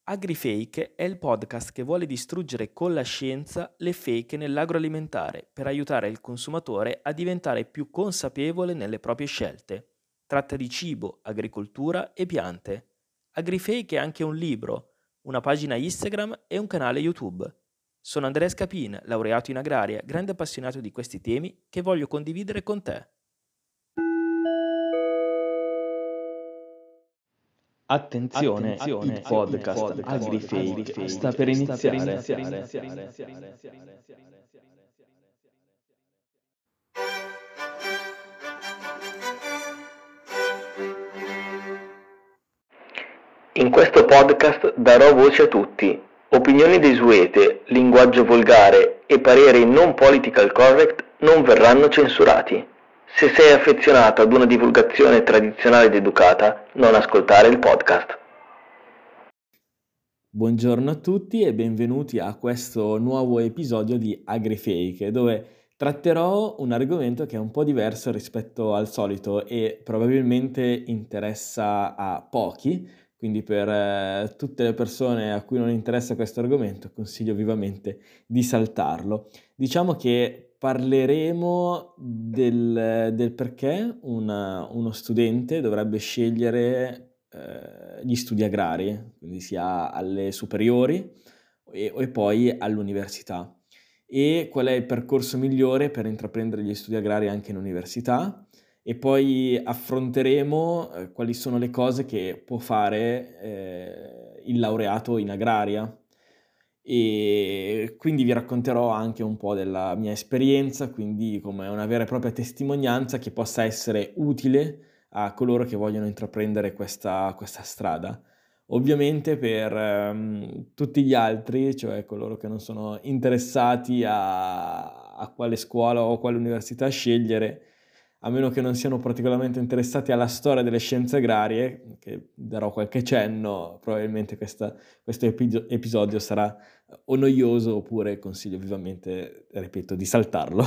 AgriFake è il podcast che vuole distruggere con la scienza le fake nell'agroalimentare per aiutare il consumatore a diventare più consapevole nelle proprie scelte. Tratta di cibo, agricoltura e piante. AgriFake è anche un libro, una pagina Instagram e un canale YouTube. Sono Andrea Scapin, laureato in agraria, grande appassionato di questi temi che voglio condividere con te. Attenzione, il podcast AgriFake sta per iniziare. In questo podcast darò voce a tutti. Opinioni desuete, linguaggio volgare e pareri non political correct non verranno censurati. Se sei affezionato ad una divulgazione tradizionale ed educata, non ascoltare il podcast. Buongiorno a tutti e benvenuti a questo nuovo episodio di AgriFake, dove tratterò un argomento che è un po' diverso rispetto al solito e probabilmente interessa a pochi, quindi per tutte le persone a cui non interessa questo argomento consiglio vivamente di saltarlo. Diciamo che parleremo del perché uno studente dovrebbe scegliere gli studi agrari, quindi sia alle superiori e poi all'università. E qual è il percorso migliore per intraprendere gli studi agrari anche in università? E poi affronteremo quali sono le cose che può fare il laureato in agraria. E quindi vi racconterò anche un po' della mia esperienza, quindi come una vera e propria testimonianza che possa essere utile a coloro che vogliono intraprendere questa strada. Ovviamente per tutti gli altri, cioè coloro che non sono interessati a quale scuola o quale università scegliere, a meno che non siano particolarmente interessati alla storia delle scienze agrarie, che darò qualche cenno, probabilmente questo episodio sarà o noioso oppure consiglio vivamente, ripeto, di saltarlo.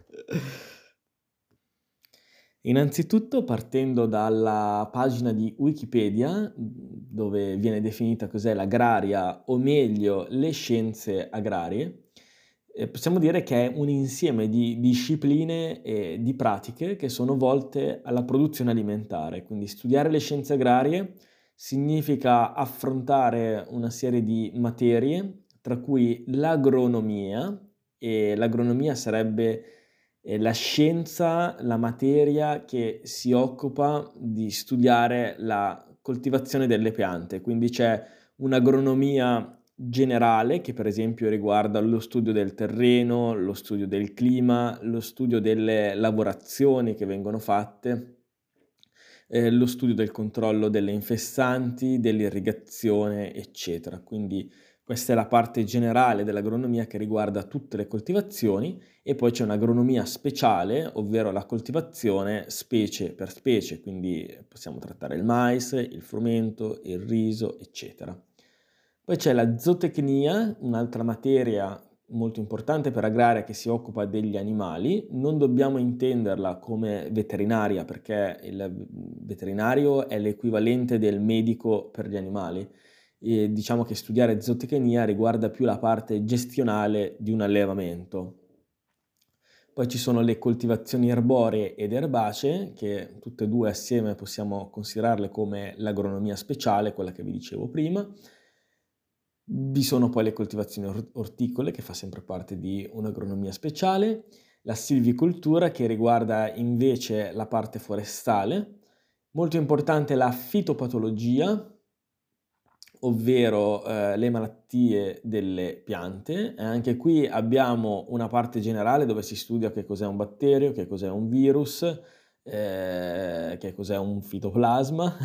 Innanzitutto partendo dalla pagina di Wikipedia, dove viene definita cos'è l'agraria, o meglio le scienze agrarie, possiamo dire che è un insieme di discipline e di pratiche che sono volte alla produzione alimentare. Quindi studiare le scienze agrarie significa affrontare una serie di materie, tra cui l'agronomia, e l'agronomia sarebbe la scienza, la materia che si occupa di studiare la coltivazione delle piante, quindi c'è un'agronomia generale che per esempio riguarda lo studio del terreno, lo studio del clima, lo studio delle lavorazioni che vengono fatte, lo studio del controllo delle infestanti, dell'irrigazione, eccetera. Quindi questa è la parte generale dell'agronomia che riguarda tutte le coltivazioni e poi c'è un'agronomia speciale, ovvero la coltivazione specie per specie, quindi possiamo trattare il mais, il frumento, il riso, eccetera. Poi c'è la zootecnia, un'altra materia molto importante per agraria che si occupa degli animali. Non dobbiamo intenderla come veterinaria perché il veterinario è l'equivalente del medico per gli animali. E diciamo che studiare zootecnia riguarda più la parte gestionale di un allevamento. Poi ci sono le coltivazioni erboree ed erbacee, che tutte e due assieme possiamo considerarle come l'agronomia speciale, quella che vi dicevo prima. Vi sono poi le coltivazioni orticole, che fa sempre parte di un'agronomia speciale, la silvicoltura, che riguarda invece la parte forestale. Molto importante la fitopatologia, ovvero le malattie delle piante. E anche qui abbiamo una parte generale dove si studia che cos'è un batterio, che cos'è un virus, che cos'è un fitoplasma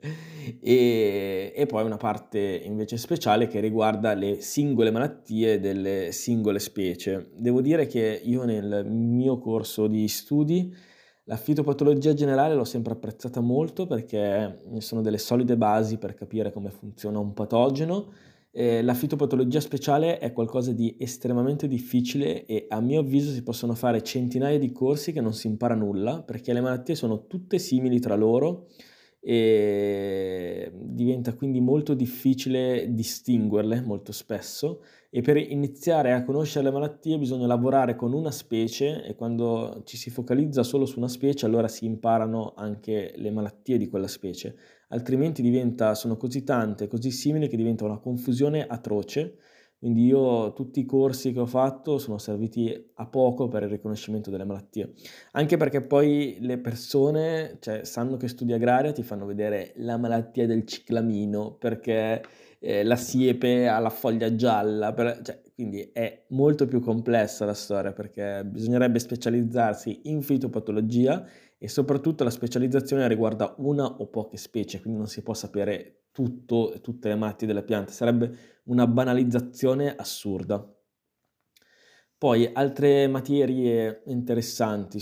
e poi una parte invece speciale che riguarda le singole malattie delle singole specie. Devo dire che io nel mio corso di studi la fitopatologia generale l'ho sempre apprezzata molto perché sono delle solide basi per capire come funziona un patogeno. La fitopatologia speciale è qualcosa di estremamente difficile e a mio avviso si possono fare centinaia di corsi che non si impara nulla perché le malattie sono tutte simili tra loro e diventa quindi molto difficile distinguerle molto spesso, e per iniziare a conoscere le malattie bisogna lavorare con una specie, e quando ci si focalizza solo su una specie allora si imparano anche le malattie di quella specie, altrimenti sono così tante, così simili, che diventa una confusione atroce. Quindi io tutti i corsi che ho fatto sono serviti a poco per il riconoscimento delle malattie. Anche perché poi le persone, cioè, sanno che studi agraria, ti fanno vedere la malattia del ciclamino, perché la siepe ha la foglia gialla, quindi è molto più complessa la storia, perché bisognerebbe specializzarsi in fitopatologia, e soprattutto la specializzazione riguarda una o poche specie, quindi non si può sapere tutto, tutte le malattie delle piante, sarebbe una banalizzazione assurda. Poi altre materie interessanti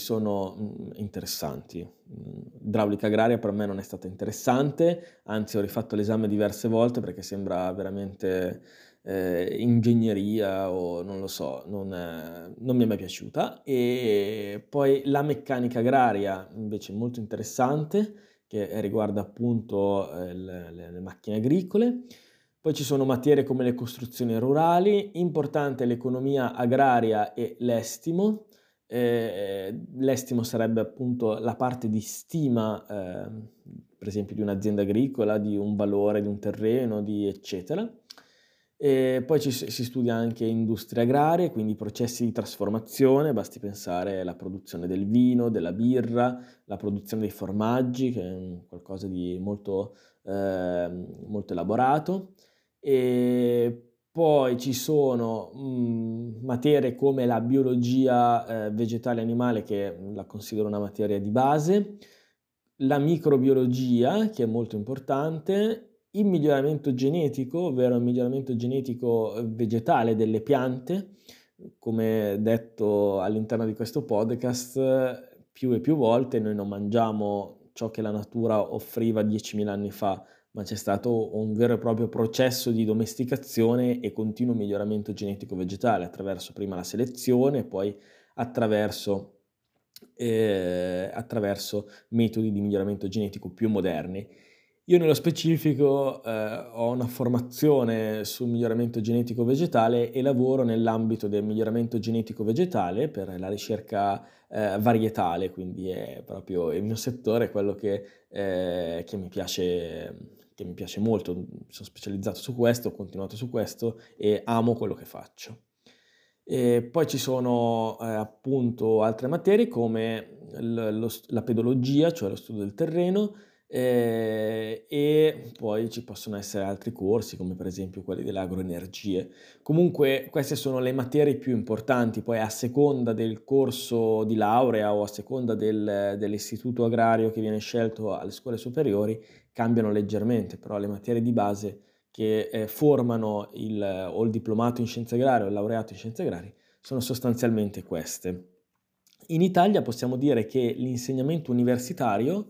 idraulica agraria per me non è stata interessante, anzi ho rifatto l'esame diverse volte perché sembra veramente ingegneria, o non lo so, non mi è mai piaciuta. E poi la meccanica agraria invece è molto interessante, che riguarda appunto le macchine agricole. Poi ci sono materie come le costruzioni rurali, importante l'economia agraria e l'estimo. L'estimo sarebbe appunto la parte di stima, per esempio di un'azienda agricola, di un valore di un terreno, di eccetera. E poi si studia anche industrie agrarie, quindi processi di trasformazione, basti pensare alla produzione del vino, della birra, la produzione dei formaggi, che è qualcosa di molto elaborato. E poi ci sono materie come la biologia vegetale e animale, che la considero una materia di base, la microbiologia, che è molto importante, il miglioramento genetico, ovvero il miglioramento genetico vegetale delle piante. Come detto all'interno di questo podcast, più e più volte noi non mangiamo ciò che la natura offriva 10.000 anni fa, ma c'è stato un vero e proprio processo di domesticazione e continuo miglioramento genetico vegetale, attraverso prima la selezione e poi attraverso metodi di miglioramento genetico più moderni. Io nello specifico ho una formazione sul miglioramento genetico vegetale e lavoro nell'ambito del miglioramento genetico vegetale per la ricerca varietale, quindi è proprio il mio settore, quello che mi piace molto. Sono specializzato su questo, ho continuato su questo e amo quello che faccio. E poi ci sono appunto altre materie come la pedologia, cioè lo studio del terreno, e poi ci possono essere altri corsi come per esempio quelli delle agroenergie. Comunque queste sono le materie più importanti, poi a seconda del corso di laurea o a seconda dell'istituto agrario che viene scelto alle scuole superiori cambiano leggermente, però le materie di base che formano o il diplomato in scienze agrarie o il laureato in scienze agrarie sono sostanzialmente queste. In Italia possiamo dire che l'insegnamento universitario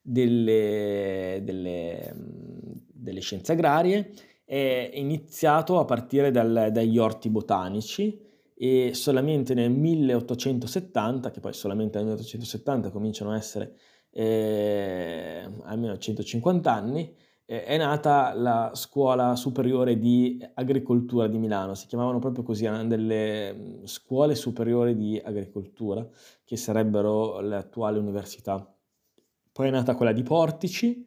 delle scienze agrarie è iniziato a partire dagli orti botanici, e solamente nel 1870, che poi solamente nel 1870 cominciano a essere almeno 150 anni, è nata la Scuola Superiore di Agricoltura di Milano. Si chiamavano proprio così, erano delle scuole superiori di agricoltura, che sarebbero le attuali università. Poi è nata quella di Portici,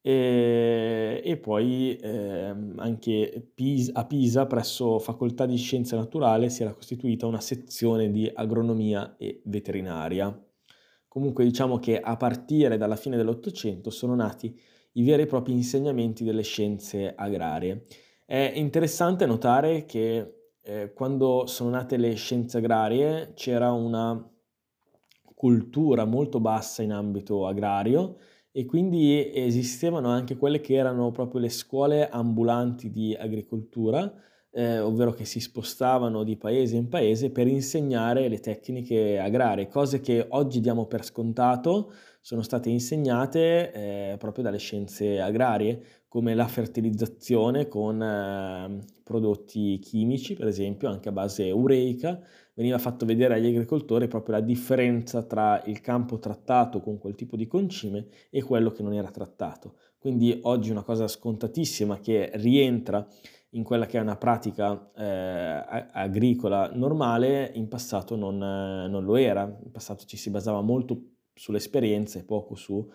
e poi anche a Pisa, presso Facoltà di Scienze Naturali, si era costituita una sezione di agronomia e veterinaria. Comunque diciamo che a partire dalla fine dell'Ottocento sono nati i veri e propri insegnamenti delle scienze agrarie. È interessante notare che quando sono nate le scienze agrarie c'era una cultura molto bassa in ambito agrario, e quindi esistevano anche quelle che erano proprio le scuole ambulanti di agricoltura, ovvero che si spostavano di paese in paese per insegnare le tecniche agrarie, cose che oggi diamo per scontato sono state insegnate proprio dalle scienze agrarie, come la fertilizzazione con prodotti chimici, per esempio, anche a base ureica. Veniva fatto vedere agli agricoltori proprio la differenza tra il campo trattato con quel tipo di concime e quello che non era trattato. Quindi oggi una cosa scontatissima che rientra in quella che è una pratica agricola normale, in passato non lo era. In passato ci si basava molto sull'esperienza e poco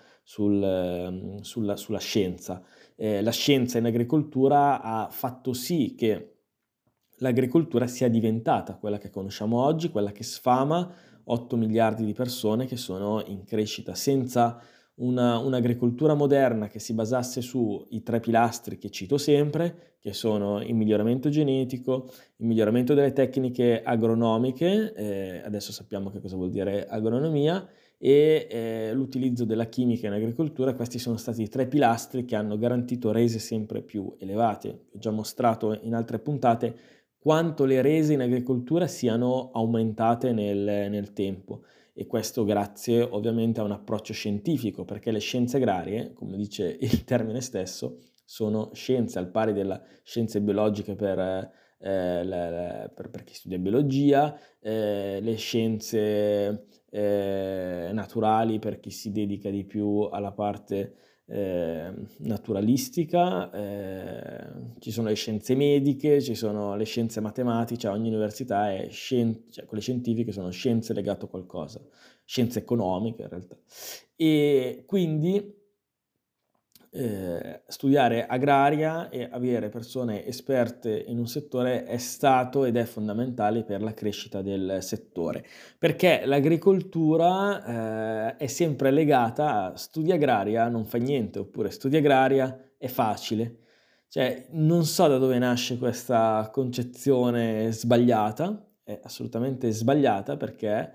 sulla scienza. La scienza in agricoltura ha fatto sì che l'agricoltura sia diventata quella che conosciamo oggi, quella che sfama 8 miliardi di persone che sono in crescita. Senza un'agricoltura moderna che si basasse sui 3 pilastri che cito sempre, che sono il miglioramento genetico, il miglioramento delle tecniche agronomiche, adesso sappiamo che cosa vuol dire agronomia, e l'utilizzo della chimica in agricoltura. Questi sono stati i 3 pilastri che hanno garantito rese sempre più elevate. Ho già mostrato in altre puntate quanto le rese in agricoltura siano aumentate nel tempo, e questo grazie ovviamente a un approccio scientifico, perché le scienze agrarie, come dice il termine stesso, sono scienze al pari delle scienze biologiche per chi studia biologia, le scienze naturali per chi si dedica di più alla parte naturalistica, ci sono le scienze mediche, ci sono le scienze matematiche, cioè ogni università è cioè quelle scientifiche sono scienze legate a qualcosa, scienze economiche in realtà. E quindi studiare agraria e avere persone esperte in un settore è stato ed è fondamentale per la crescita del settore, perché l'agricoltura è sempre legata a studia agraria non fa niente, oppure studia agraria è facile. Cioè, non so da dove nasce questa concezione sbagliata, è assolutamente sbagliata, perché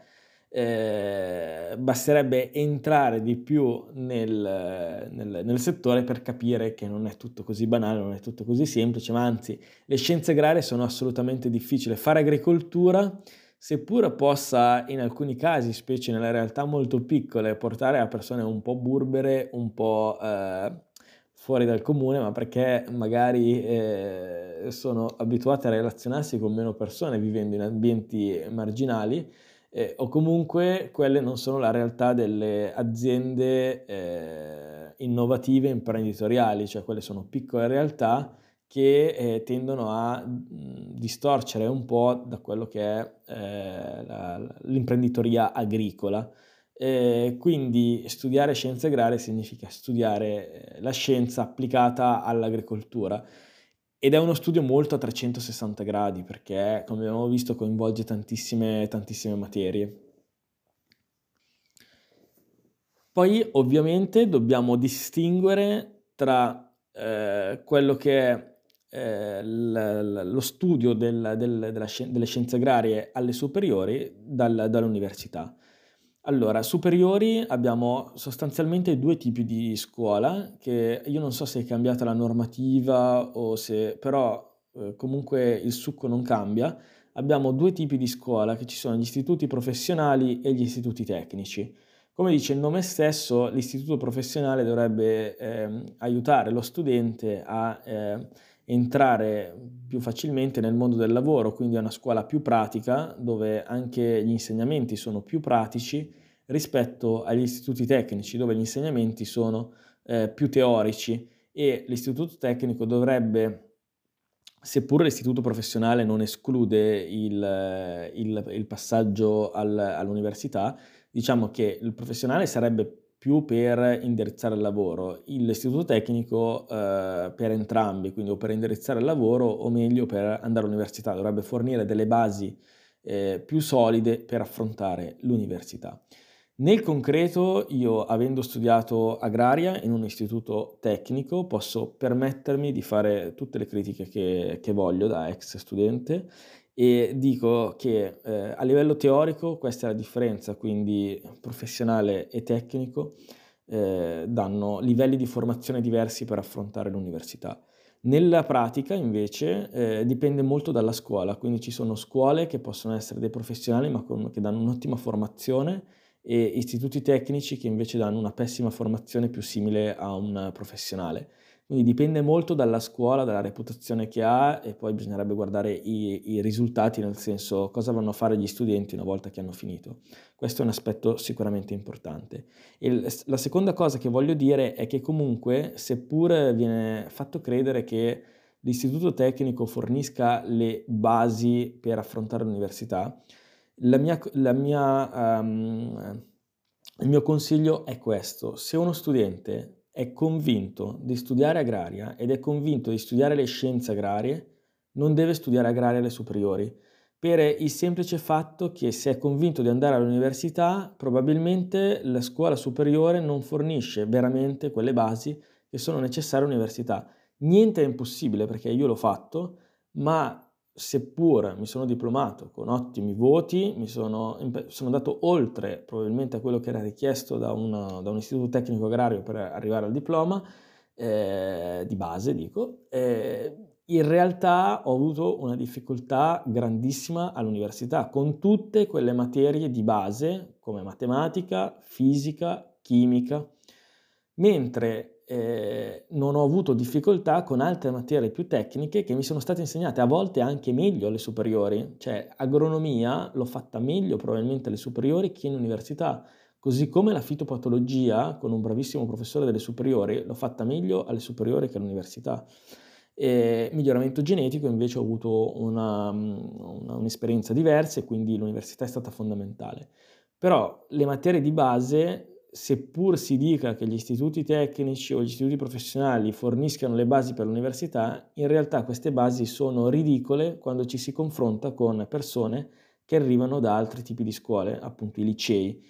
basterebbe entrare di più nel settore per capire che non è tutto così banale, non è tutto così semplice, ma anzi le scienze agrarie sono assolutamente difficili. Fare agricoltura, seppur possa in alcuni casi, specie nelle realtà molto piccole, portare a persone un po' burbere, un po' fuori dal comune, ma perché magari sono abituate a relazionarsi con meno persone vivendo in ambienti marginali, o comunque quelle non sono la realtà delle aziende innovative imprenditoriali, cioè quelle sono piccole realtà che tendono a distorcere un po' da quello che è l'imprenditoria agricola. Quindi studiare scienze agrarie significa studiare la scienza applicata all'agricoltura, ed è uno studio molto a 360 gradi, perché come abbiamo visto coinvolge tantissime materie. Poi ovviamente dobbiamo distinguere tra quello che è lo studio delle scienze agrarie alle superiori dall'università. Allora, superiori abbiamo sostanzialmente 2 tipi di scuola, che io non so se è cambiata la normativa o se, però comunque il succo non cambia. Abbiamo 2 tipi di scuola, che ci sono gli istituti professionali e gli istituti tecnici. Come dice il nome stesso, l'istituto professionale dovrebbe aiutare lo studente a entrare più facilmente nel mondo del lavoro, quindi è una scuola più pratica, dove anche gli insegnamenti sono più pratici rispetto agli istituti tecnici, dove gli insegnamenti sono più teorici, e l'istituto tecnico dovrebbe, seppur l'istituto professionale non esclude il passaggio all'università, diciamo che il professionale sarebbe più per indirizzare il lavoro, l'istituto tecnico per entrambi, quindi o per indirizzare il lavoro o meglio per andare all'università, dovrebbe fornire delle basi più solide per affrontare l'università. Nel concreto, io, avendo studiato agraria in un istituto tecnico, posso permettermi di fare tutte le critiche che voglio da ex studente, e dico che a livello teorico questa è la differenza, quindi professionale e tecnico danno livelli di formazione diversi per affrontare l'università. Nella pratica invece dipende molto dalla scuola, quindi ci sono scuole che possono essere dei professionali ma che danno un'ottima formazione, e istituti tecnici che invece danno una pessima formazione più simile a un professionale. Quindi dipende molto dalla scuola, dalla reputazione che ha, e poi bisognerebbe guardare i risultati, nel senso cosa vanno a fare gli studenti una volta che hanno finito. Questo è un aspetto sicuramente importante. La seconda cosa che voglio dire è che comunque, seppur viene fatto credere che l'istituto tecnico fornisca le basi per affrontare l'università, il mio consiglio è questo: se uno studente è convinto di studiare agraria ed è convinto di studiare le scienze agrarie, non deve studiare agraria alle superiori, per il semplice fatto che se è convinto di andare all'università, probabilmente la scuola superiore non fornisce veramente quelle basi che sono necessarie all'università. Niente è impossibile, perché io l'ho fatto, ma seppur mi sono diplomato con ottimi voti, sono andato oltre probabilmente a quello che era richiesto da un istituto tecnico agrario per arrivare al diploma, di base dico, in realtà ho avuto una difficoltà grandissima all'università, con tutte quelle materie di base come matematica, fisica, chimica, mentre non ho avuto difficoltà con altre materie più tecniche che mi sono state insegnate a volte anche meglio alle superiori. Cioè, agronomia l'ho fatta meglio probabilmente alle superiori che in università, così come la fitopatologia con un bravissimo professore delle superiori l'ho fatta meglio alle superiori che all'università. Miglioramento genetico invece ho avuto un'esperienza diversa, e quindi l'università è stata fondamentale. Però le materie di base, seppur si dica che gli istituti tecnici o gli istituti professionali forniscano le basi per l'università, in realtà queste basi sono ridicole quando ci si confronta con persone che arrivano da altri tipi di scuole, appunto i licei.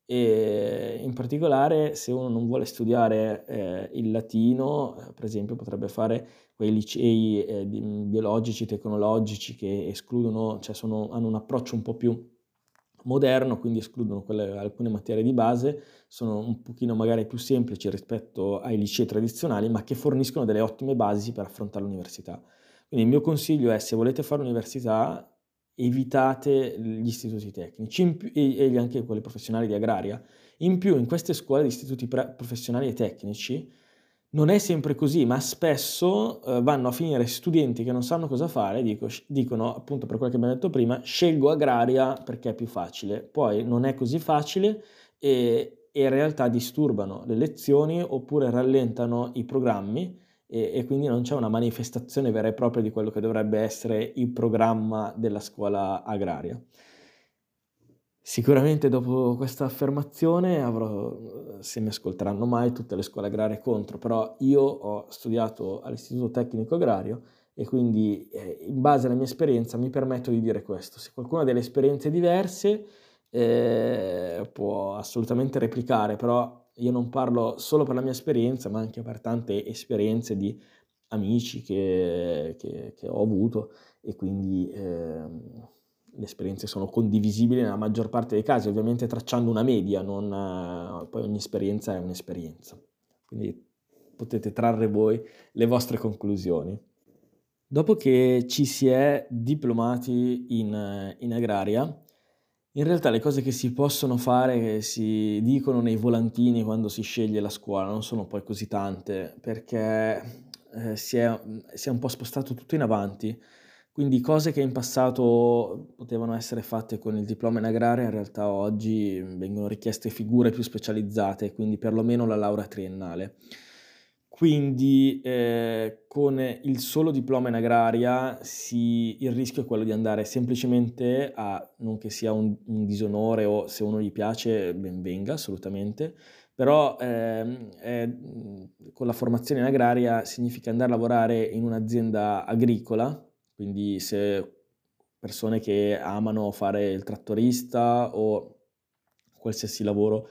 E in particolare, se uno non vuole studiare il latino, per esempio, potrebbe fare quei licei biologici, tecnologici, che escludono, cioè hanno un approccio un po' più moderno, quindi escludono alcune materie di base, sono un pochino magari più semplici rispetto ai licei tradizionali, ma che forniscono delle ottime basi per affrontare l'università. Quindi il mio consiglio è: se volete fare l'università, evitate gli istituti tecnici e anche quelli professionali di agraria. In più, in queste scuole di istituti professionali e tecnici non è sempre così, ma spesso vanno a finire studenti che non sanno cosa fare, dicono, appunto per quello che abbiamo detto prima, scelgo agraria perché è più facile. Poi non è così facile, e in realtà disturbano le lezioni oppure rallentano i programmi, e quindi non c'è una manifestazione vera e propria di quello che dovrebbe essere il programma della scuola agraria. Sicuramente dopo questa affermazione avrò, se mi ascolteranno mai, tutte le scuole agrarie contro, però io ho studiato all'Istituto Tecnico Agrario e quindi in base alla mia esperienza mi permetto di dire questo. Se qualcuno ha delle esperienze diverse può assolutamente replicare, però io non parlo solo per la mia esperienza, ma anche per tante esperienze di amici che ho avuto, e quindi le esperienze sono condivisibili nella maggior parte dei casi, ovviamente tracciando una media, poi ogni esperienza è un'esperienza, quindi potete trarre voi le vostre conclusioni. Dopo che ci si è diplomati in agraria, in realtà le cose che si possono fare, che si dicono nei volantini quando si sceglie la scuola, non sono poi così tante, perché si è un po' spostato tutto in avanti. Quindi cose che in passato potevano essere fatte con il diploma in agraria, in realtà oggi vengono richieste figure più specializzate, quindi perlomeno la laurea triennale. Quindi con il solo diploma in agraria il rischio è quello di andare semplicemente non che sia un disonore, o se uno gli piace ben venga, assolutamente, però con la formazione in agraria significa andare a lavorare in un'azienda agricola, quindi se persone che amano fare il trattorista o qualsiasi lavoro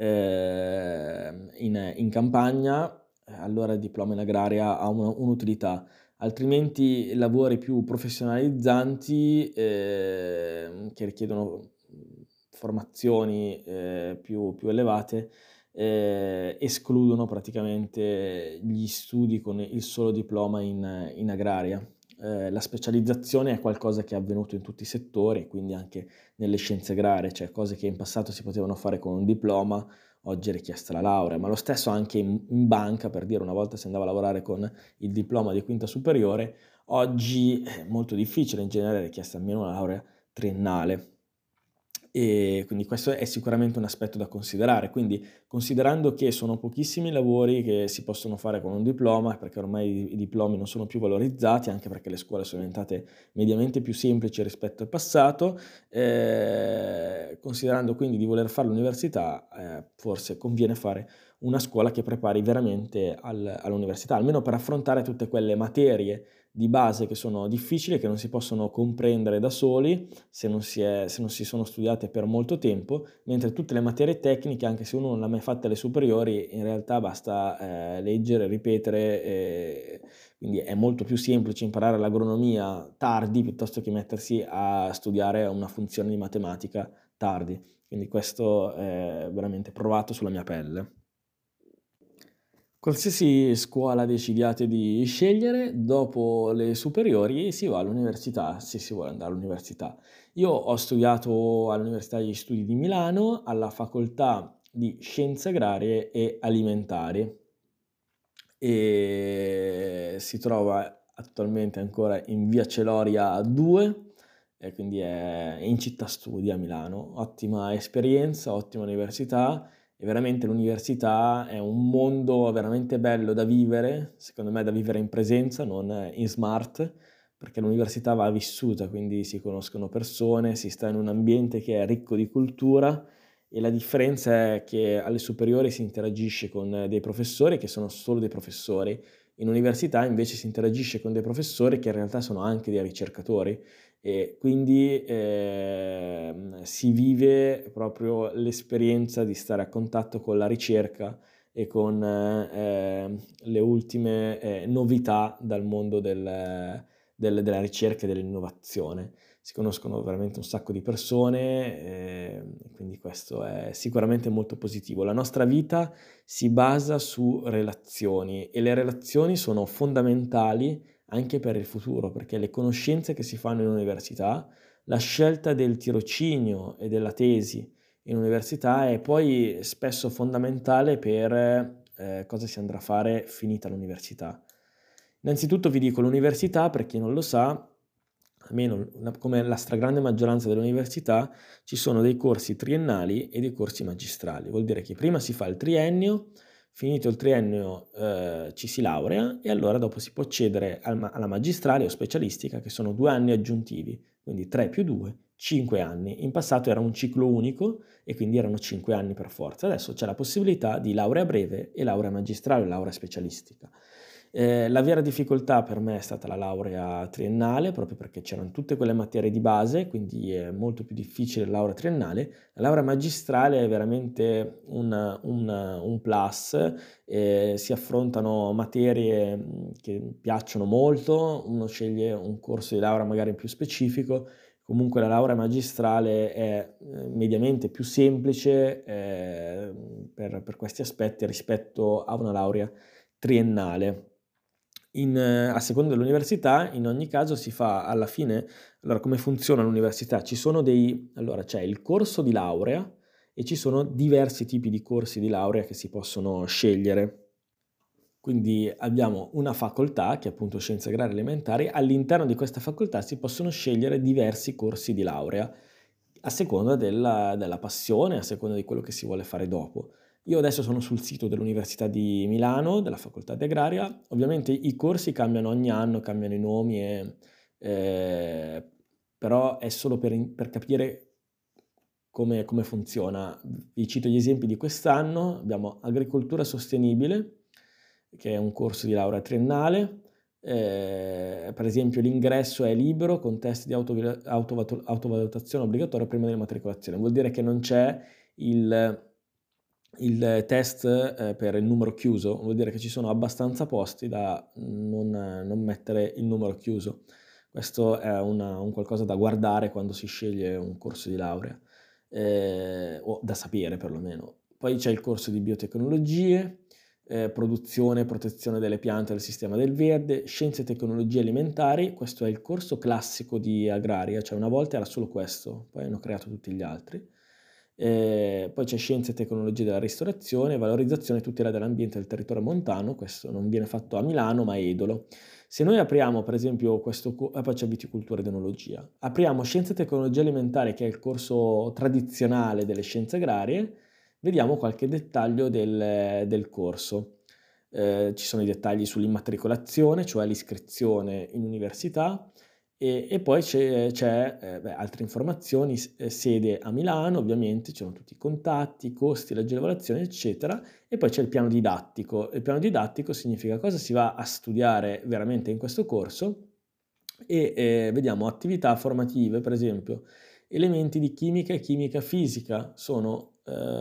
in campagna, allora il diploma in agraria ha un'utilità. Altrimenti lavori più professionalizzanti che richiedono formazioni più elevate escludono praticamente gli studi con il solo diploma in agraria. La specializzazione è qualcosa che è avvenuto in tutti i settori, quindi anche nelle scienze agrarie, cioè cose che in passato si potevano fare con un diploma, oggi è richiesta la laurea, ma lo stesso anche in banca, per dire, una volta si andava a lavorare con il diploma di quinta superiore, oggi è molto difficile, in genere è richiesta almeno una laurea triennale. E quindi questo è sicuramente un aspetto da considerare. Quindi, considerando che sono pochissimi i lavori che si possono fare con un diploma, perché ormai i diplomi non sono più valorizzati, anche perché le scuole sono diventate mediamente più semplici rispetto al passato, considerando quindi di voler fare l'università, forse conviene fare una scuola che prepari veramente all'università, almeno per affrontare tutte quelle materie di base che sono difficili e che non si possono comprendere da soli se non si sono studiate per molto tempo, mentre tutte le materie tecniche, anche se uno non le ha mai fatte alle superiori, in realtà basta leggere, ripetere, quindi è molto più semplice imparare l'agronomia tardi piuttosto che mettersi a studiare una funzione di matematica tardi. Quindi questo è veramente provato sulla mia pelle. Qualsiasi scuola decidiate di scegliere, dopo le superiori si va all'università, se si vuole andare all'università. Io ho studiato all'Università degli Studi di Milano, alla facoltà di Scienze Agrarie e Alimentari e si trova attualmente ancora in via Celoria 2 e quindi è in città studi a Milano. Ottima esperienza, ottima università e veramente l'università è un mondo veramente bello da vivere, secondo me da vivere in presenza, non in smart, perché l'università va vissuta, quindi si conoscono persone, si sta in un ambiente che è ricco di cultura e la differenza è che alle superiori si interagisce con dei professori che sono solo dei professori, in università invece si interagisce con dei professori che in realtà sono anche dei ricercatori e quindi si vive proprio l'esperienza di stare a contatto con la ricerca e con le ultime novità dal mondo della ricerca e dell'innovazione. Si conoscono veramente un sacco di persone, quindi questo è sicuramente molto positivo. La nostra vita si basa su relazioni e le relazioni sono fondamentali anche per il futuro, perché le conoscenze che si fanno in università, la scelta del tirocinio e della tesi in università è poi spesso fondamentale per cosa si andrà a fare finita l'università. Innanzitutto vi dico l'università, per chi non lo sa, almeno come la stragrande maggioranza delle università, ci sono dei corsi triennali e dei corsi magistrali. Vuol dire che prima si fa il triennio, finito il triennio ci si laurea e allora dopo si può accedere alla magistrale o specialistica, che sono 2 anni aggiuntivi, quindi 3 più 2, 5 anni. In passato era un ciclo unico e quindi erano 5 anni per forza. Adesso c'è la possibilità di laurea breve e laurea magistrale o laurea specialistica. La vera difficoltà per me è stata la laurea triennale, proprio perché c'erano tutte quelle materie di base, quindi è molto più difficile la laurea triennale. La laurea magistrale è veramente un plus, si affrontano materie che piacciono molto, uno sceglie un corso di laurea magari più specifico, comunque la laurea magistrale è mediamente più semplice per questi aspetti rispetto a una laurea triennale. A seconda dell'università, in ogni caso si fa alla fine, allora come funziona l'università? Allora c'è il corso di laurea e ci sono diversi tipi di corsi di laurea che si possono scegliere. Quindi abbiamo una facoltà, che è appunto Scienze Agrarie Elementari, all'interno di questa facoltà si possono scegliere diversi corsi di laurea, a seconda della passione, a seconda di quello che si vuole fare dopo. Io adesso sono sul sito dell'Università di Milano, della Facoltà di Agraria, ovviamente i corsi cambiano ogni anno, cambiano i nomi, eh, però è solo per capire come funziona. Vi cito gli esempi di quest'anno: abbiamo Agricoltura Sostenibile, che è un corso di laurea triennale. Per esempio l'ingresso è libero con test di autovalutazione obbligatorio prima dell'immatricolazione. Vuol dire che non c'è il test per il numero chiuso, vuol dire che ci sono abbastanza posti da non mettere il numero chiuso. Questo è un qualcosa da guardare quando si sceglie un corso di laurea, o da sapere perlomeno. Poi c'è il corso di biotecnologie, produzione e protezione delle piante del sistema del verde, scienze e tecnologie alimentari. Questo è il corso classico di agraria, cioè una volta era solo questo, poi hanno creato tutti gli altri. Poi c'è scienze e tecnologie della ristorazione, valorizzazione e tutela dell'ambiente e del territorio montano, questo non viene fatto a Milano ma a Edolo. Se noi apriamo per esempio poi c'è viticoltura ed enologia, apriamo scienze e tecnologie alimentari che è il corso tradizionale delle scienze agrarie, vediamo qualche dettaglio del corso. Ci sono i dettagli sull'immatricolazione, cioè l'iscrizione in università, e poi c'è altre informazioni, sede a Milano, ovviamente, ci sono tutti i contatti, i costi, le agevolazioni, eccetera, e poi c'è il piano didattico. Il piano didattico significa cosa si va a studiare veramente in questo corso e vediamo attività formative, per esempio, elementi di chimica e chimica fisica, sono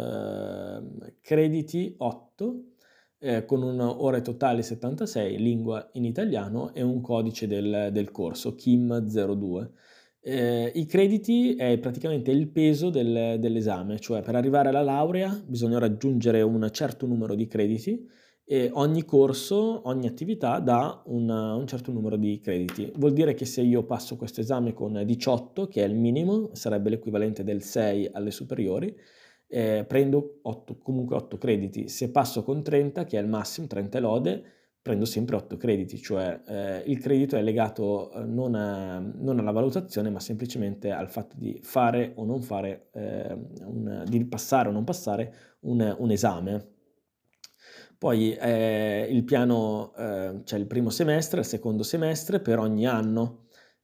crediti 8, con ore totali 76, lingua in italiano e un codice del corso, KIM 02. I crediti è praticamente il peso dell'esame, cioè per arrivare alla laurea bisogna raggiungere un certo numero di crediti e ogni corso, ogni attività dà un certo numero di crediti. Vuol dire che se io passo questo esame con 18, che è il minimo, sarebbe l'equivalente del 6 alle superiori, prendo comunque 8 crediti. Se passo con 30, che è il massimo, 30 lode, prendo sempre 8 crediti, cioè il credito è legato non alla valutazione, ma semplicemente al fatto di fare o non fare, di passare o non passare un esame. Poi il piano, c'è il primo semestre, il secondo semestre per ogni anno,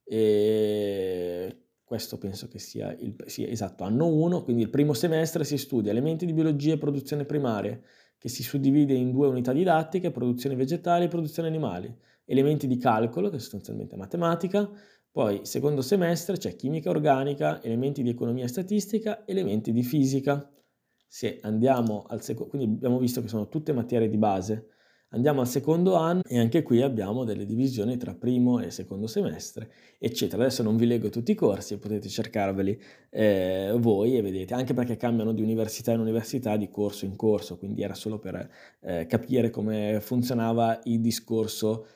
e questo penso che sia sì, esatto, anno 1, quindi il primo semestre si studia elementi di biologia e produzione primaria, che si suddivide in 2 unità didattiche, produzione vegetale e produzione animali, elementi di calcolo, che è sostanzialmente matematica, poi secondo semestre c'è chimica organica, elementi di economia e statistica, elementi di fisica. Se andiamo quindi abbiamo visto che sono tutte materie di base. Andiamo al secondo anno e anche qui abbiamo delle divisioni tra primo e secondo semestre, eccetera. Adesso non vi leggo tutti i corsi, potete cercarveli voi e vedete, anche perché cambiano di università in università, di corso in corso, quindi era solo per capire come funzionava il discorso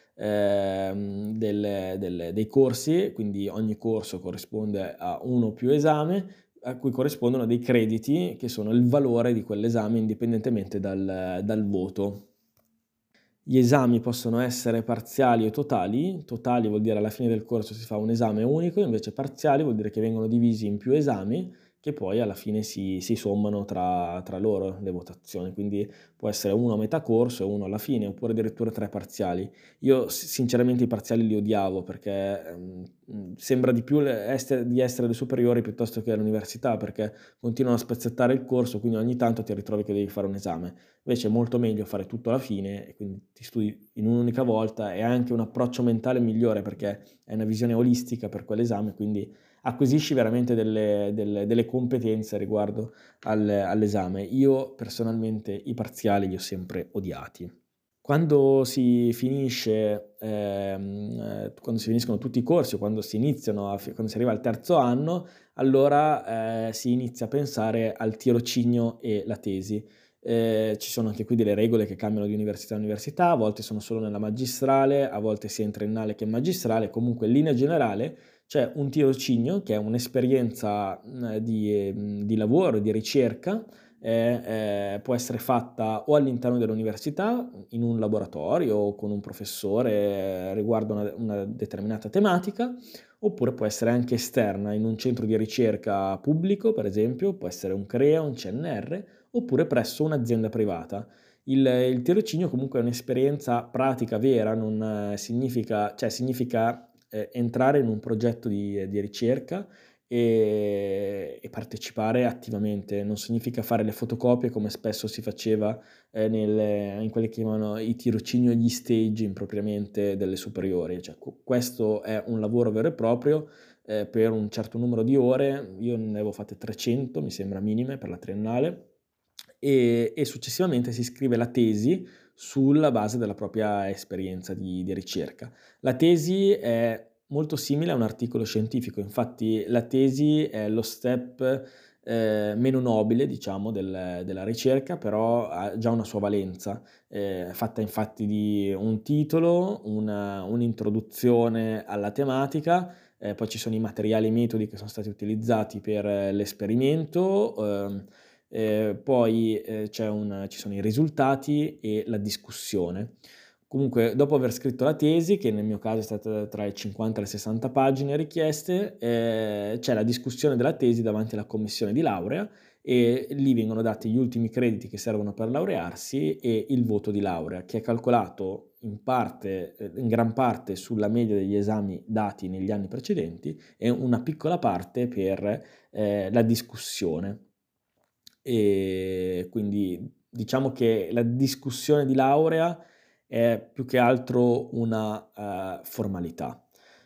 dei corsi, quindi ogni corso corrisponde a uno o più esame, a cui corrispondono dei crediti che sono il valore di quell'esame indipendentemente dal voto. Gli esami possono essere parziali o totali. Totali vuol dire alla fine del corso si fa un esame unico, invece parziali vuol dire che vengono divisi in più esami che poi alla fine si sommano tra loro le votazioni, quindi può essere uno a metà corso e uno alla fine, oppure addirittura 3 parziali. Io sinceramente i parziali li odiavo perché sembra di più di essere le superiori piuttosto che all'università, perché continuano a spezzettare il corso, quindi ogni tanto ti ritrovi che devi fare un esame. Invece è molto meglio fare tutto alla fine e quindi ti studi in un'unica volta, e anche un approccio mentale migliore perché è una visione olistica per quell'esame, quindi acquisisci veramente delle competenze riguardo all'esame. Io personalmente i parziali li ho sempre odiati. Quando si finiscono tutti i corsi, o quando si quando si arriva al terzo anno, allora si inizia a pensare al tirocinio e la tesi. Ci sono anche qui delle regole che cambiano di università a università, a volte sono solo nella magistrale, a volte sia in triennale che in magistrale, comunque in linea generale c'è un tirocinio che è un'esperienza di lavoro, di ricerca, può essere fatta o all'interno dell'università, in un laboratorio o con un professore riguardo una determinata tematica, oppure può essere anche esterna, in un centro di ricerca pubblico, per esempio, può essere un CREA, un CNR, oppure presso un'azienda privata. Il tirocinio comunque è un'esperienza pratica vera, non significa, cioè significa entrare in un progetto di ricerca e partecipare attivamente. Non significa fare le fotocopie come spesso si faceva in quelli che chiamano i tirocini o gli stage impropriamente delle superiori. Cioè, questo è un lavoro vero e proprio per un certo numero di ore. Io ne avevo fatte 300, mi sembra minime per la triennale, e successivamente si scrive la tesi sulla base della propria esperienza di ricerca. La tesi è molto simile a un articolo scientifico, infatti la tesi è lo step meno nobile, diciamo, della ricerca, però ha già una sua valenza, fatta infatti di un titolo, un'introduzione alla tematica, poi ci sono i materiali e i metodi che sono stati utilizzati per l'esperimento, poi ci sono i risultati e la discussione. Comunque, dopo aver scritto la tesi, che nel mio caso è stata tra le 50 e le 60 pagine richieste, c'è la discussione della tesi davanti alla commissione di laurea e lì vengono dati gli ultimi crediti che servono per laurearsi e il voto di laurea, che è calcolato in gran parte sulla media degli esami dati negli anni precedenti e una piccola parte per la discussione. E quindi diciamo che la discussione di laurea è più che altro una formalità,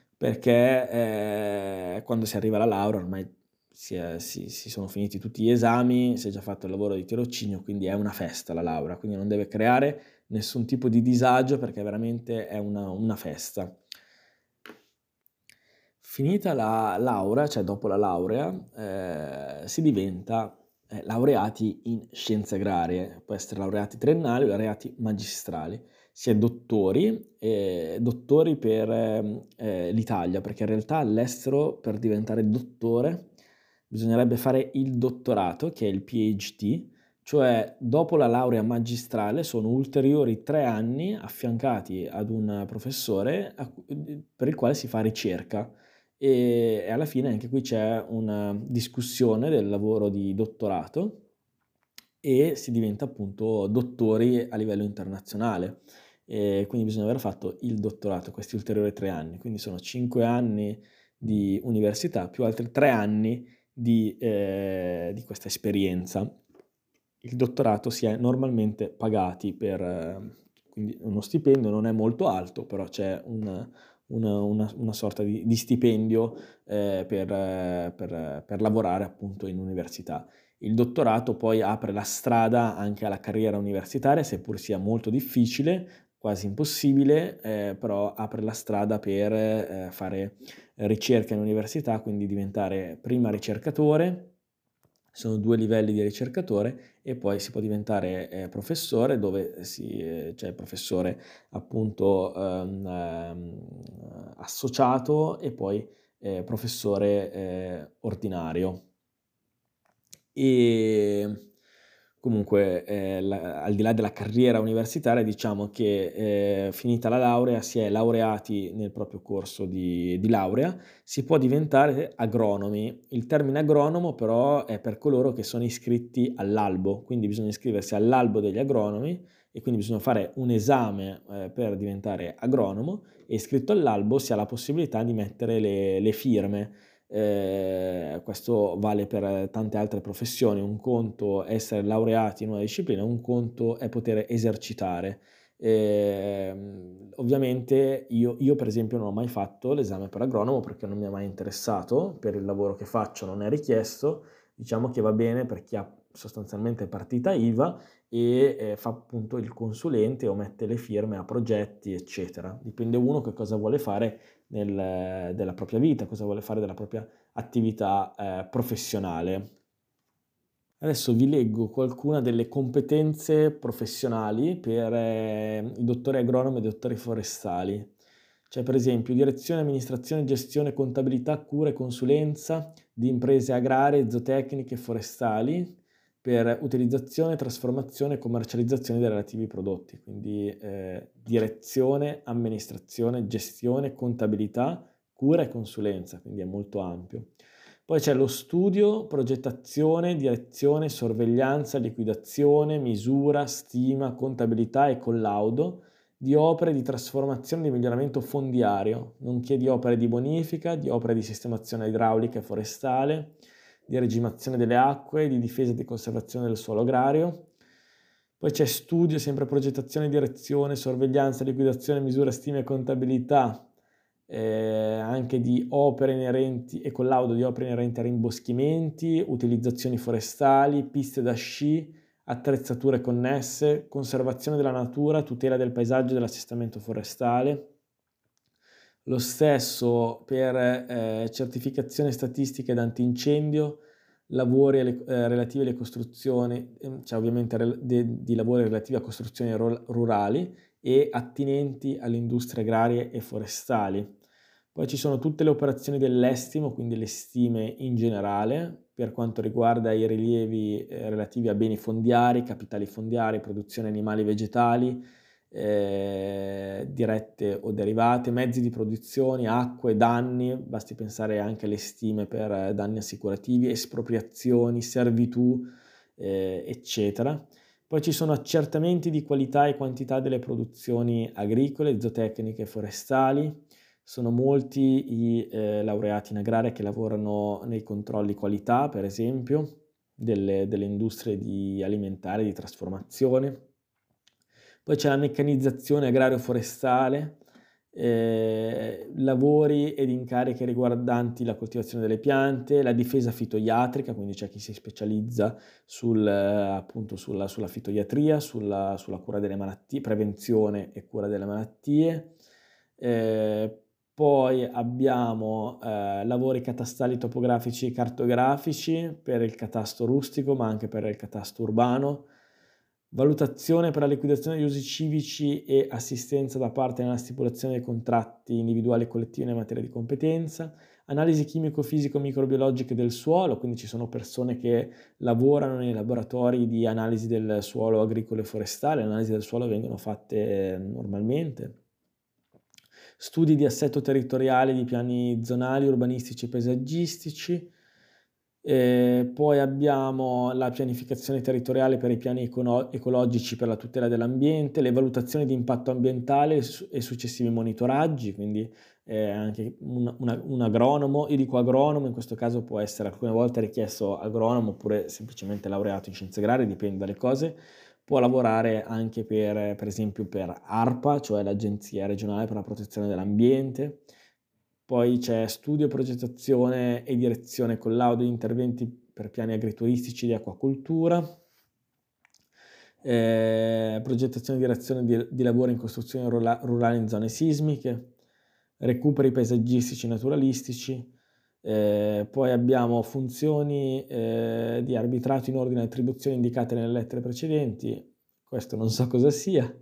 perché quando si arriva alla laurea ormai si sono finiti tutti gli esami, si è già fatto il lavoro di tirocinio, quindi è una festa la laurea, quindi non deve creare nessun tipo di disagio perché veramente è una festa. Finita la laurea, cioè dopo la laurea, si diventa laureati in scienze agrarie, può essere laureati triennali o laureati magistrali. Si è dottori per l'Italia, perché in realtà all'estero per diventare dottore bisognerebbe fare il dottorato, che è il PhD, cioè dopo la laurea magistrale sono ulteriori 3 anni affiancati ad un professore per il quale si fa ricerca e alla fine anche qui c'è una discussione del lavoro di dottorato e si diventa appunto dottori a livello internazionale. E quindi bisogna aver fatto il dottorato, questi ulteriori 3 anni, quindi sono 5 anni di università più altri 3 anni di questa esperienza. Il dottorato si è normalmente pagati quindi uno stipendio non è molto alto, però c'è una sorta di stipendio per lavorare appunto in università. Il dottorato poi apre la strada anche alla carriera universitaria, seppur sia molto difficile, quasi impossibile, però apre la strada per fare ricerca in università, quindi diventare prima ricercatore. Sono 2 livelli di ricercatore e poi si può diventare professore, dove c'è professore appunto associato e poi professore ordinario. E comunque al di là della carriera universitaria diciamo che finita la laurea si è laureati nel proprio corso di laurea, si può diventare agronomi. Il termine agronomo però è per coloro che sono iscritti all'albo, quindi bisogna iscriversi all'albo degli agronomi e quindi bisogna fare un esame per diventare agronomo e iscritto all'albo si ha la possibilità di mettere le firme. Questo vale per tante altre professioni, un conto è essere laureati in una disciplina, un conto è poter esercitare. Ovviamente io per esempio non ho mai fatto l'esame per agronomo perché non mi è mai interessato, per il lavoro che faccio non è richiesto, diciamo che va bene per chi ha sostanzialmente partita IVA e fa appunto il consulente o mette le firme a progetti eccetera, dipende uno che cosa vuole fare della propria vita, cosa vuole fare della propria attività professionale. Adesso vi leggo qualcuna delle competenze professionali per i dottori agronomi e i dottori forestali. C'è per esempio direzione, amministrazione, gestione, contabilità, cura e consulenza di imprese agrarie, zootecniche e forestali per utilizzazione, trasformazione e commercializzazione dei relativi prodotti. Quindi direzione, amministrazione, gestione, contabilità, cura e consulenza, quindi è molto ampio. Poi c'è lo studio, progettazione, direzione, sorveglianza, liquidazione, misura, stima, contabilità e collaudo di opere di trasformazione e di miglioramento fondiario, nonché di opere di bonifica, di opere di sistemazione idraulica e forestale, di regimazione delle acque, di difesa e di conservazione del suolo agrario. Poi c'è studio, sempre progettazione, direzione, sorveglianza, liquidazione, misura, stima e contabilità, anche di opere inerenti e collaudo di opere inerenti a rimboschimenti, utilizzazioni forestali, piste da sci, attrezzature connesse, conservazione della natura, tutela del paesaggio e dell'assestamento forestale. Lo stesso per certificazione statistica ed antincendio, lavori relativi alle costruzioni, cioè ovviamente di lavori relativi a costruzioni rurali e attinenti alle industrie agrarie e forestali. Poi ci sono tutte le operazioni dell'estimo, quindi le stime in generale, per quanto riguarda i rilievi relativi a beni fondiari, capitali fondiari, produzione animali e vegetali, dirette o derivate, mezzi di produzione, acque, danni, basti pensare anche alle stime per danni assicurativi, espropriazioni, servitù, eccetera. Poi ci sono accertamenti di qualità e quantità delle produzioni agricole, zootecniche e forestali. Sono molti i laureati in agraria che lavorano nei controlli qualità, per esempio, delle industrie alimentari di trasformazione. Poi c'è la meccanizzazione agrario-forestale, lavori ed incarichi riguardanti la coltivazione delle piante, la difesa fitoiatrica, quindi c'è chi si specializza appunto sulla fitoiatria, sulla cura delle malattie, prevenzione e cura delle malattie. Poi abbiamo lavori catastali topografici e cartografici per il catasto rustico, ma anche per il catasto urbano. Valutazione per la liquidazione degli usi civici e assistenza da parte nella stipulazione dei contratti individuali e collettivi in materia di competenza. Analisi chimico-fisico-microbiologiche del suolo, quindi ci sono persone che lavorano nei laboratori di analisi del suolo agricolo e forestale, le analisi del suolo vengono fatte normalmente. Studi di assetto territoriale di piani zonali, urbanistici e paesaggistici. Poi abbiamo la pianificazione territoriale per i piani ecologici per la tutela dell'ambiente, le valutazioni di impatto ambientale e successivi monitoraggi, quindi anche un agronomo, io dico agronomo, in questo caso può essere alcune volte richiesto agronomo oppure semplicemente laureato in scienze agrarie, dipende dalle cose. Può lavorare anche per esempio per ARPA, cioè l'Agenzia regionale per la protezione dell'ambiente. Poi c'è studio, progettazione e direzione collaudo di interventi per piani agrituristici di acquacoltura, progettazione e direzione di lavori in costruzione rurale in zone sismiche, recuperi paesaggistici e naturalistici. Poi abbiamo funzioni di arbitrato in ordine alle attribuzioni indicate nelle lettere precedenti, questo non so cosa sia.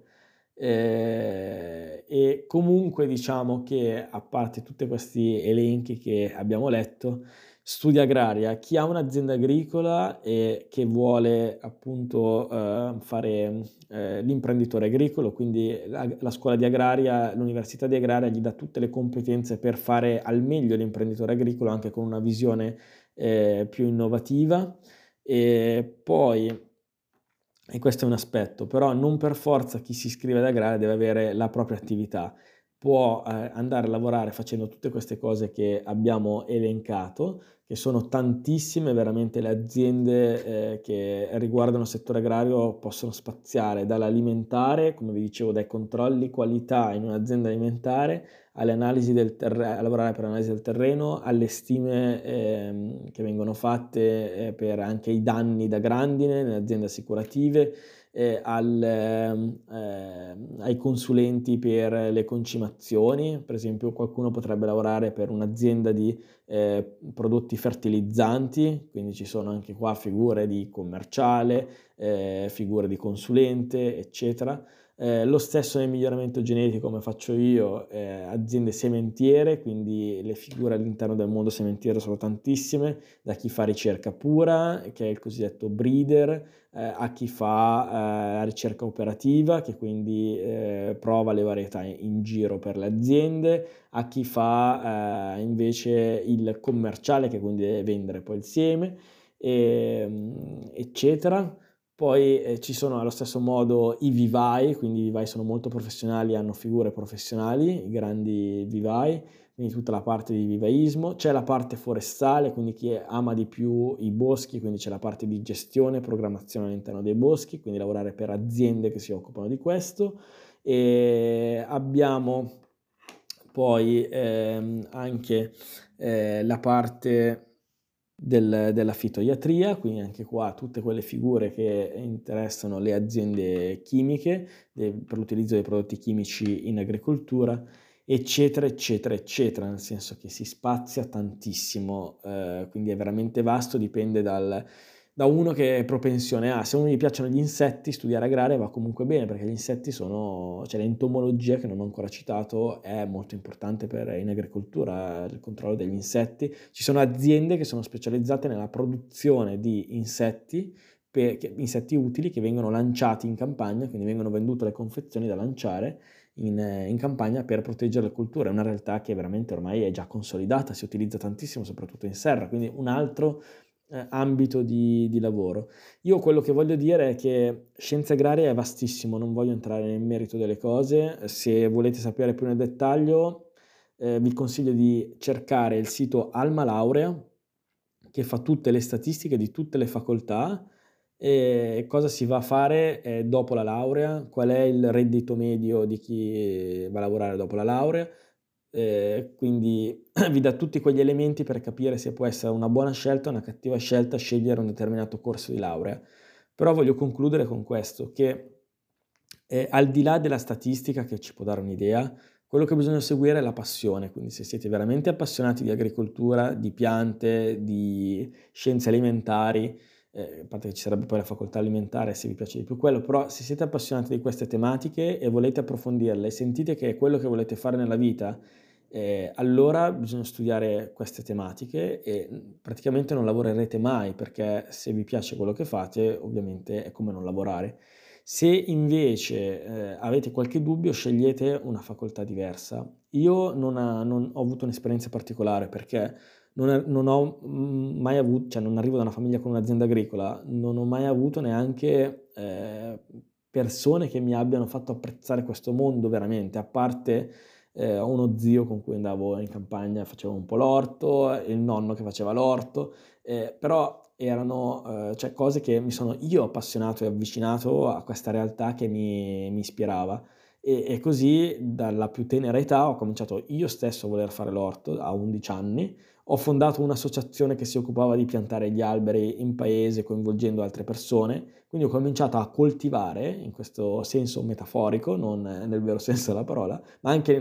E comunque diciamo che, a parte tutti questi elenchi che abbiamo letto, studia agraria, chi ha un'azienda agricola e che vuole appunto fare l'imprenditore agricolo, quindi la scuola di agraria, l'università di agraria gli dà tutte le competenze per fare al meglio l'imprenditore agricolo, anche con una visione più innovativa. E poi, e questo è un aspetto, però non per forza chi si iscrive ad agraria deve avere la propria attività, può andare a lavorare facendo tutte queste cose che abbiamo elencato, che sono tantissime, veramente le aziende che riguardano il settore agrario possono spaziare dall'alimentare, come vi dicevo, dai controlli qualità in un'azienda alimentare, alle analisi del a lavorare per l'analisi del terreno, alle stime che vengono fatte per anche i danni da grandine nelle aziende assicurative, ai consulenti per le concimazioni. Per esempio qualcuno potrebbe lavorare per un'azienda di prodotti fertilizzanti, quindi ci sono anche qua figure di commerciale, figure di consulente, eccetera. Lo stesso nel miglioramento genetico, come faccio io, aziende sementiere, quindi le figure all'interno del mondo sementiero sono tantissime, da chi fa ricerca pura, che è il cosiddetto breeder, a chi fa la ricerca operativa, che quindi prova le varietà in giro per le aziende, a chi fa invece il commerciale, che quindi deve vendere poi il seme, eccetera. Poi ci sono allo stesso modo i vivai, quindi i vivai sono molto professionali, hanno figure professionali, i grandi vivai, quindi tutta la parte di vivaismo. C'è la parte forestale, quindi chi ama di più i boschi, quindi c'è la parte di gestione e programmazione all'interno dei boschi, quindi lavorare per aziende che si occupano di questo. E abbiamo poi anche la parte della fitoiatria, quindi anche qua tutte quelle figure che interessano le aziende chimiche per l'utilizzo dei prodotti chimici in agricoltura, eccetera, eccetera, eccetera, nel senso che si spazia tantissimo, quindi è veramente vasto, dipende dal da uno che propensione ha. Se a uno gli piacciono gli insetti, studiare agraria va comunque bene, perché gli insetti sono, cioè l'entomologia, che non ho ancora citato, è molto importante in agricoltura, il controllo degli insetti. Ci sono aziende che sono specializzate nella produzione di insetti, insetti utili, che vengono lanciati in campagna, quindi vengono vendute le confezioni da lanciare in campagna per proteggere le colture. È una realtà che veramente ormai è già consolidata, si utilizza tantissimo, soprattutto in serra, quindi un altro ambito di lavoro. Io quello che voglio dire è che scienze agrarie è vastissimo, non voglio entrare nel merito delle cose. Se volete sapere più nel dettaglio, vi consiglio di cercare il sito Alma Laurea, che fa tutte le statistiche di tutte le facoltà, e cosa si va a fare dopo la laurea, qual è il reddito medio di chi va a lavorare dopo la laurea. Quindi vi dà tutti quegli elementi per capire se può essere una buona scelta o una cattiva scelta scegliere un determinato corso di laurea. Però voglio concludere con questo, che al di là della statistica, che ci può dare un'idea, quello che bisogna seguire è la passione. Quindi se siete veramente appassionati di agricoltura, di piante, di scienze alimentari, a parte che ci sarebbe poi la facoltà alimentare se vi piace di più quello, però se siete appassionati di queste tematiche e volete approfondirle, sentite che è quello che volete fare nella vita, allora bisogna studiare queste tematiche e praticamente non lavorerete mai, perché se vi piace quello che fate, ovviamente è come non lavorare. Se invece avete qualche dubbio, scegliete una facoltà diversa. Io non ho avuto un'esperienza particolare, perché non ho mai avuto, cioè non arrivo da una famiglia con un'azienda agricola, non ho mai avuto neanche persone che mi abbiano fatto apprezzare questo mondo veramente, a parte ho uno zio con cui andavo in campagna, facevo un po' l'orto, il nonno che faceva l'orto, però erano cioè cose che mi sono io appassionato e avvicinato a questa realtà che mi ispirava. E così dalla più tenera età ho cominciato io stesso a voler fare l'orto a 11 anni, ho fondato un'associazione che si occupava di piantare gli alberi in paese coinvolgendo altre persone, quindi ho cominciato a coltivare, in questo senso metaforico, non nel vero senso della parola, ma anche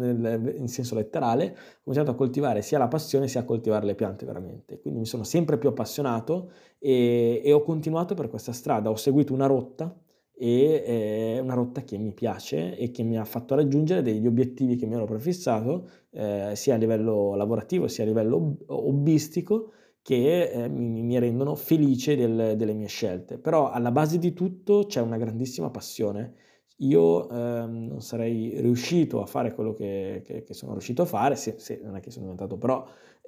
in senso letterale, ho cominciato a coltivare sia la passione sia a coltivare le piante veramente. Quindi mi sono sempre più appassionato e ho continuato per questa strada, ho seguito una rotta, e è una rotta che mi piace e che mi ha fatto raggiungere degli obiettivi che mi ero prefissato, sia a livello lavorativo sia a livello hobbistico, che mi rendono felice delle mie scelte. Però alla base di tutto c'è una grandissima passione. Io non sarei riuscito a fare quello che sono riuscito a fare, se non è che sono diventato, però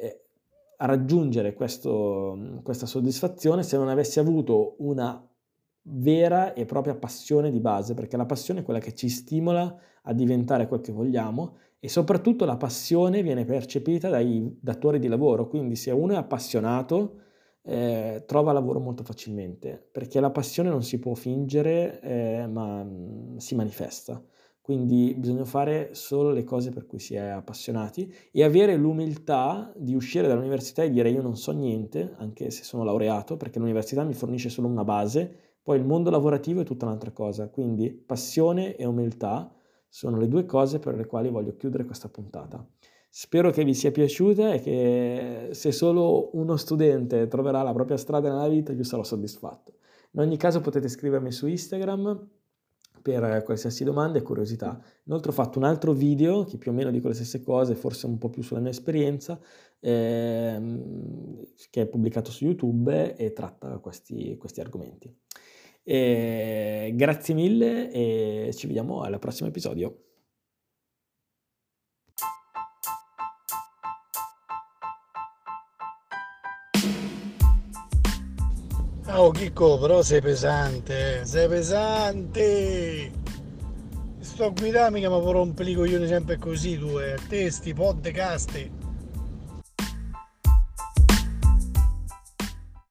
a raggiungere questa soddisfazione, se non avessi avuto una vera e propria passione di base, perché la passione è quella che ci stimola a diventare quel che vogliamo, e soprattutto la passione viene percepita dai datori di lavoro. Quindi se uno è appassionato trova lavoro molto facilmente, perché la passione non si può fingere, ma si manifesta. Quindi bisogna fare solo le cose per cui si è appassionati e avere l'umiltà di uscire dall'università e dire io non so niente, anche se sono laureato, perché l'università mi fornisce solo una base. Poi il mondo lavorativo è tutta un'altra cosa, quindi passione e umiltà sono le due cose per le quali voglio chiudere questa puntata. Spero che vi sia piaciuta e che se solo uno studente troverà la propria strada nella vita, io sarò soddisfatto. In ogni caso potete scrivermi su Instagram per qualsiasi domanda e curiosità. Inoltre ho fatto un altro video che più o meno dico le stesse cose, forse un po' più sulla mia esperienza, che è pubblicato su YouTube e tratta questi argomenti. Grazie mille e ci vediamo al prossimo episodio. Oh Chicco, però sei pesante, sei pesante. Sto a guidare mica mi rompe i coglioni sempre così tu, te sti podcast.